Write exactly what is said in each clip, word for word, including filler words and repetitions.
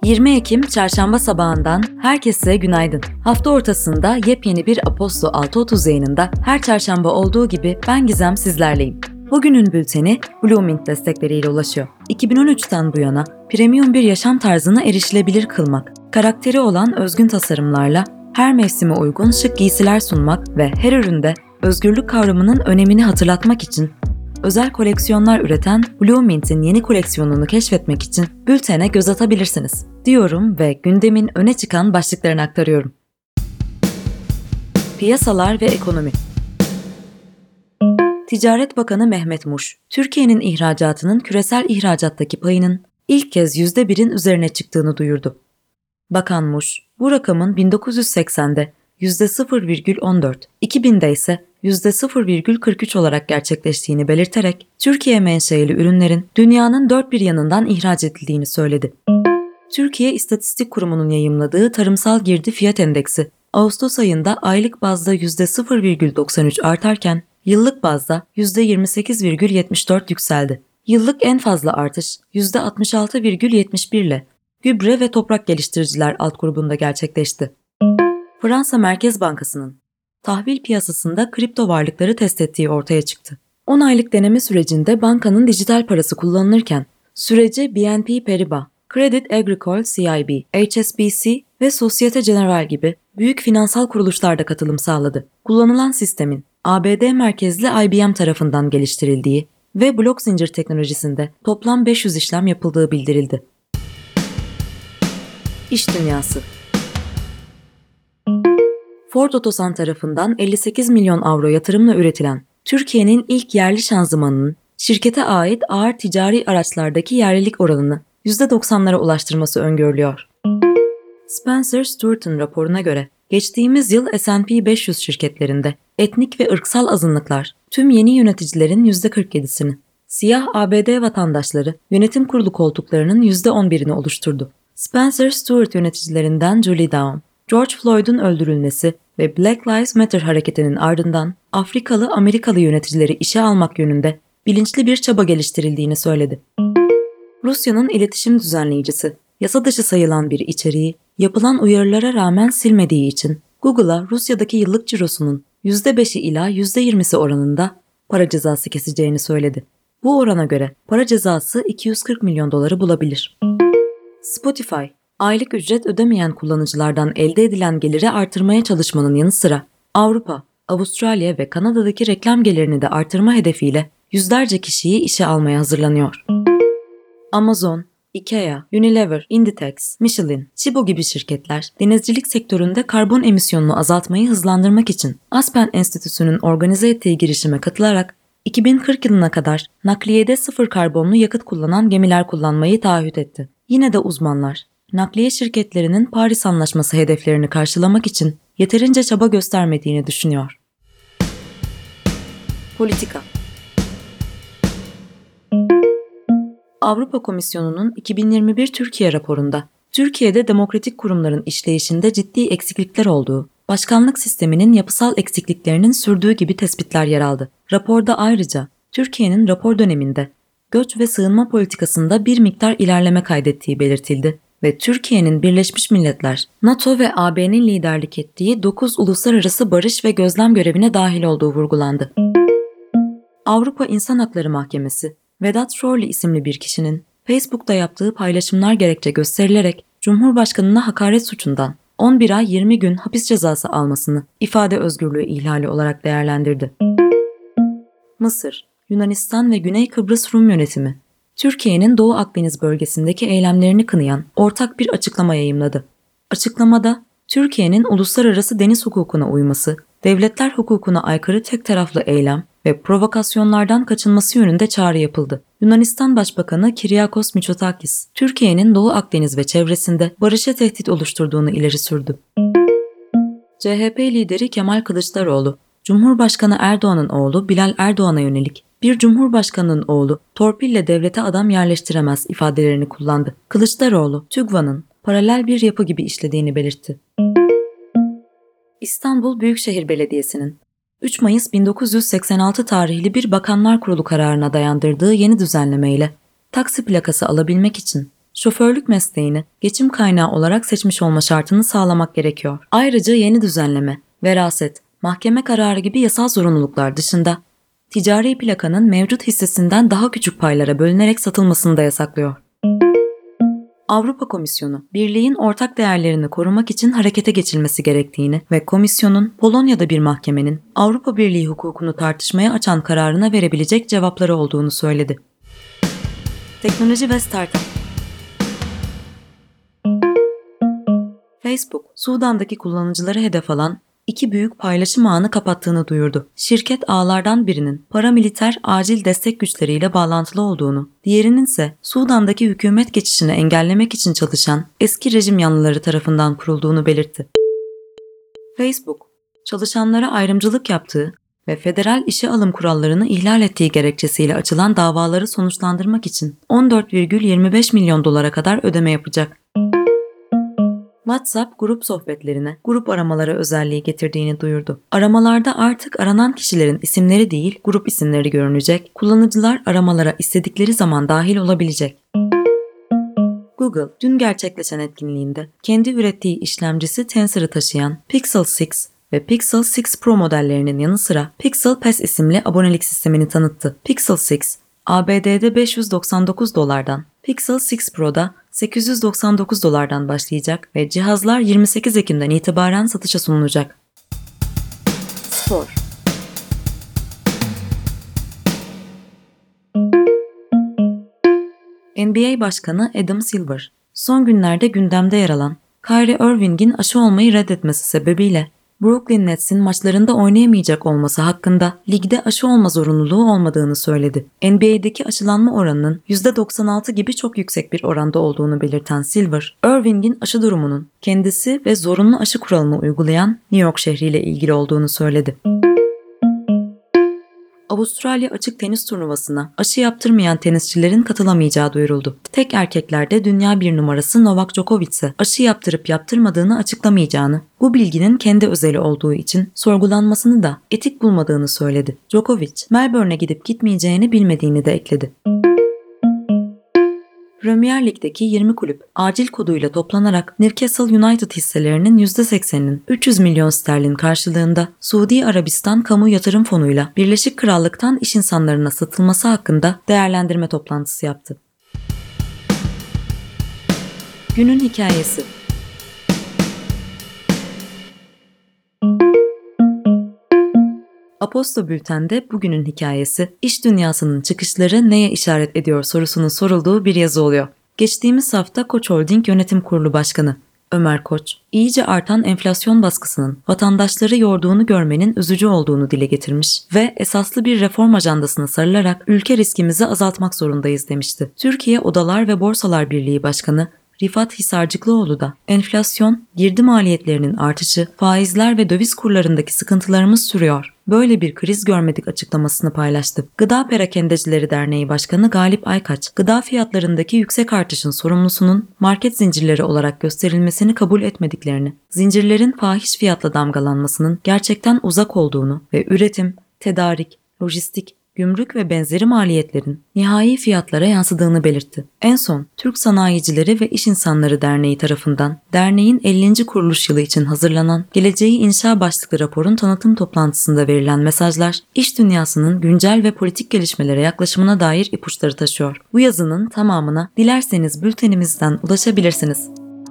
yirmi Ekim Çarşamba sabahından herkese günaydın. Hafta ortasında yepyeni bir Apostol altı otuz yayınında her çarşamba olduğu gibi ben Gizem sizlerleyim. Bugünün bülteni Bloomint destekleriyle ulaşıyor. iki bin on üçten bu yana premium bir yaşam tarzını erişilebilir kılmak, karakteri olan özgün tasarımlarla her mevsime uygun şık giysiler sunmak ve her üründe özgürlük kavramının önemini hatırlatmak için özel koleksiyonlar üreten Bloomint'in yeni koleksiyonunu keşfetmek için bültene göz atabilirsiniz diyorum ve gündemin öne çıkan başlıklarını aktarıyorum. Piyasalar ve ekonomi. Ticaret Bakanı Mehmet Muş, Türkiye'nin ihracatının küresel ihracattaki payının ilk kez yüzde birin üzerine çıktığını duyurdu. Bakan Muş, bu rakamın bin dokuz yüz seksende yüzde sıfır virgül on dört, iki binde ise yüzde sıfır virgül kırk üç olarak gerçekleştiğini belirterek Türkiye menşeili ürünlerin dünyanın dört bir yanından ihraç edildiğini söyledi. Türkiye İstatistik Kurumu'nun yayımladığı Tarımsal Girdi Fiyat Endeksi, Ağustos ayında aylık bazda yüzde sıfır virgül doksan üç artarken yıllık bazda yüzde yirmi sekiz virgül yetmiş dört yükseldi. Yıllık en fazla artış yüzde altmış altı virgül yetmiş bir ile gübre ve toprak geliştiriciler alt grubunda gerçekleşti. Fransa Merkez Bankası'nın tahvil piyasasında kripto varlıkları test ettiği ortaya çıktı. on aylık deneme sürecinde bankanın dijital parası kullanılırken sürece B N P Paribas, Crédit Agricole C I B, H S B C ve Societe Generale gibi büyük finansal kuruluşlar da katılım sağladı. Kullanılan sistemin A B D merkezli I B M tarafından geliştirildiği ve blok zincir teknolojisinde toplam beş yüz işlem yapıldığı bildirildi. İş dünyası. Ford Otosan tarafından elli sekiz milyon avro yatırımla üretilen Türkiye'nin ilk yerli şanzımanının şirkete ait ağır ticari araçlardaki yerlilik oranını yüzde doksanlara ulaştırması öngörülüyor. Spencer Stuart'ın raporuna göre geçtiğimiz yıl S and P beş yüz şirketlerinde etnik ve ırksal azınlıklar tüm yeni yöneticilerin yüzde kırk yedisini, siyah A B D vatandaşları yönetim kurulu koltuklarının yüzde on birini oluşturdu. Spencer Stuart yöneticilerinden Julie Down, George Floyd'un öldürülmesi ve Black Lives Matter hareketinin ardından Afrikalı Amerikalı yöneticileri işe almak yönünde bilinçli bir çaba geliştirildiğini söyledi. Rusya'nın iletişim düzenleyicisi, yasa dışı sayılan bir içeriği yapılan uyarılara rağmen silmediği için Google'a Rusya'daki yıllık cirosunun yüzde beşi ila yüzde yirmisi oranında para cezası keseceğini söyledi. Bu orana göre para cezası iki yüz kırk milyon doları bulabilir. Spotify, aylık ücret ödemeyen kullanıcılardan elde edilen geliri artırmaya çalışmanın yanı sıra Avrupa, Avustralya ve Kanada'daki reklam gelirini de artırma hedefiyle yüzlerce kişiyi işe almaya hazırlanıyor. Amazon, IKEA, Unilever, Inditex, Michelin, Chibo gibi şirketler denizcilik sektöründe karbon emisyonunu azaltmayı hızlandırmak için Aspen Enstitüsü'nün organize ettiği girişime katılarak iki bin kırk yılına kadar nakliyede sıfır karbonlu yakıt kullanan gemiler kullanmayı taahhüt etti. Yine de uzmanlar, nakliye şirketlerinin Paris Anlaşması hedeflerini karşılamak için yeterince çaba göstermediğini düşünüyor. Politika. Avrupa Komisyonu'nun iki bin yirmi bir Türkiye raporunda Türkiye'de demokratik kurumların işleyişinde ciddi eksiklikler olduğu, başkanlık sisteminin yapısal eksikliklerinin sürdüğü gibi tespitler yer aldı. Raporda ayrıca Türkiye'nin rapor döneminde göç ve sığınma politikasında bir miktar ilerleme kaydettiği belirtildi ve Türkiye'nin Birleşmiş Milletler, NATO ve A B'nin liderlik ettiği dokuz uluslararası barış ve gözlem görevine dahil olduğu vurgulandı. Avrupa İnsan Hakları Mahkemesi, Vedat Şorlu isimli bir kişinin Facebook'ta yaptığı paylaşımlar gerekçe gösterilerek Cumhurbaşkanına hakaret suçundan on bir ay yirmi gün hapis cezası almasını ifade özgürlüğü ihlali olarak değerlendirdi. Mısır, Yunanistan ve Güney Kıbrıs Rum yönetimi, Türkiye'nin Doğu Akdeniz bölgesindeki eylemlerini kınayan ortak bir açıklama yayımladı. Açıklamada, Türkiye'nin uluslararası deniz hukukuna uyması, devletler hukukuna aykırı tek taraflı eylem ve provokasyonlardan kaçınması yönünde çağrı yapıldı. Yunanistan Başbakanı Kyriakos Mitsotakis, Türkiye'nin Doğu Akdeniz ve çevresinde barışa tehdit oluşturduğunu ileri sürdü. C H P lideri Kemal Kılıçdaroğlu, Cumhurbaşkanı Erdoğan'ın oğlu Bilal Erdoğan'a yönelik bir cumhurbaşkanının oğlu torpille devlete adam yerleştiremez ifadelerini kullandı. Kılıçdaroğlu, TÜGVA'nın paralel bir yapı gibi işlediğini belirtti. İstanbul Büyükşehir Belediyesi'nin üç Mayıs bin dokuz yüz seksen altı tarihli bir Bakanlar Kurulu kararına dayandırdığı yeni düzenlemeyle taksi plakası alabilmek için şoförlük mesleğini geçim kaynağı olarak seçmiş olma şartını sağlamak gerekiyor. Ayrıca yeni düzenleme, veraset, mahkeme kararı gibi yasal zorunluluklar dışında ticari plakanın mevcut hissesinden daha küçük paylara bölünerek satılmasını da yasaklıyor. Avrupa Komisyonu, birliğin ortak değerlerini korumak için harekete geçilmesi gerektiğini ve komisyonun Polonya'da bir mahkemenin Avrupa Birliği hukukunu tartışmaya açan kararına verebilecek cevapları olduğunu söyledi. Teknoloji ve Startup. Facebook, Sudan'daki kullanıcıları hedef alan iki büyük paylaşım ağını kapattığını duyurdu. Şirket ağlardan birinin paramiliter acil destek güçleriyle bağlantılı olduğunu, diğerinin ise Sudan'daki hükümet geçişini engellemek için çalışan eski rejim yanlıları tarafından kurulduğunu belirtti. Facebook, çalışanlara ayrımcılık yaptığı ve federal işe alım kurallarını ihlal ettiği gerekçesiyle açılan davaları sonuçlandırmak için on dört virgül yirmi beş milyon dolara kadar ödeme yapacak. WhatsApp grup sohbetlerine grup aramaları özelliği getirdiğini duyurdu. Aramalarda artık aranan kişilerin isimleri değil, grup isimleri görünecek. Kullanıcılar aramalara istedikleri zaman dahil olabilecek. Google, dün gerçekleşen etkinliğinde kendi ürettiği işlemcisi Tensor'ı taşıyan Pixel altı ve Pixel altı Pro modellerinin yanı sıra Pixel Pass isimli abonelik sistemini tanıttı. Pixel altı, A B D'de beş yüz doksan dokuz dolardan, Pixel altı Pro'da sekiz yüz doksan dokuz dolardan başlayacak ve cihazlar yirmi sekiz Ekim'den itibaren satışa sunulacak. Spor. N B A Başkanı Adam Silver, son günlerde gündemde yer alan Kyrie Irving'in aşı olmayı reddetmesi sebebiyle Brooklyn Nets'in maçlarında oynayamayacak olması hakkında ligde aşı olma zorunluluğu olmadığını söyledi. N B A'deki aşılanma oranının yüzde doksan altı gibi çok yüksek bir oranda olduğunu belirten Silver, Irving'in aşı durumunun kendisi ve zorunlu aşı kuralını uygulayan New York şehriyle ilgili olduğunu söyledi. Avustralya açık tenis turnuvasına aşı yaptırmayan tenisçilerin katılamayacağı duyuruldu. Tek erkeklerde dünya bir numarası Novak Djokovic ise aşı yaptırıp yaptırmadığını açıklamayacağını, bu bilginin kendi özeli olduğu için sorgulanmasını da etik bulmadığını söyledi. Djokovic, Melbourne'e gidip gitmeyeceğini bilmediğini de ekledi. Premier Lig'deki yirmi kulüp acil koduyla toplanarak Newcastle United hisselerinin yüzde sekseninin üç yüz milyon sterlin karşılığında Suudi Arabistan Kamu Yatırım Fonu'yla Birleşik Krallık'tan iş insanlarına satılması hakkında değerlendirme toplantısı yaptı. Günün hikayesi. Aposto Bülten'de bugünün hikayesi, iş dünyasının çıkışları neye işaret ediyor sorusunun sorulduğu bir yazı oluyor. Geçtiğimiz hafta Koç Holding Yönetim Kurulu Başkanı Ömer Koç, iyice artan enflasyon baskısının vatandaşları yorduğunu görmenin üzücü olduğunu dile getirmiş ve esaslı bir reform ajandasına sarılarak ülke riskimizi azaltmak zorundayız demişti. Türkiye Odalar ve Borsalar Birliği Başkanı Rifat Hisarcıklıoğlu da enflasyon, girdi maliyetlerinin artışı, faizler ve döviz kurlarındaki sıkıntılarımız sürüyor, böyle bir kriz görmedik açıklamasını paylaştı. Gıda Perakendecileri Derneği Başkanı Galip Aykaç, gıda fiyatlarındaki yüksek artışın sorumlusunun market zincirleri olarak gösterilmesini kabul etmediklerini, zincirlerin fahiş fiyatla damgalanmasının gerçekten uzak olduğunu ve üretim, tedarik, lojistik, gümrük ve benzeri maliyetlerin nihai fiyatlara yansıdığını belirtti. En son Türk Sanayicileri ve İş İnsanları Derneği tarafından derneğin ellinci kuruluş yılı için hazırlanan Geleceği İnşa başlıklı raporun tanıtım toplantısında verilen mesajlar, iş dünyasının güncel ve politik gelişmelere yaklaşımına dair ipuçları taşıyor. Bu yazının tamamına dilerseniz bültenimizden ulaşabilirsiniz.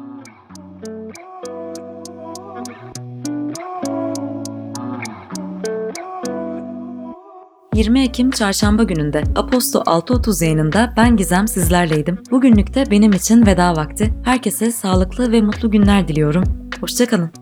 yirmi Ekim Çarşamba gününde Aposto altı otuz yayınında ben Gizem sizlerleydim. Bugünlük de benim için veda vakti. Herkese sağlıklı ve mutlu günler diliyorum. Hoşça kalın.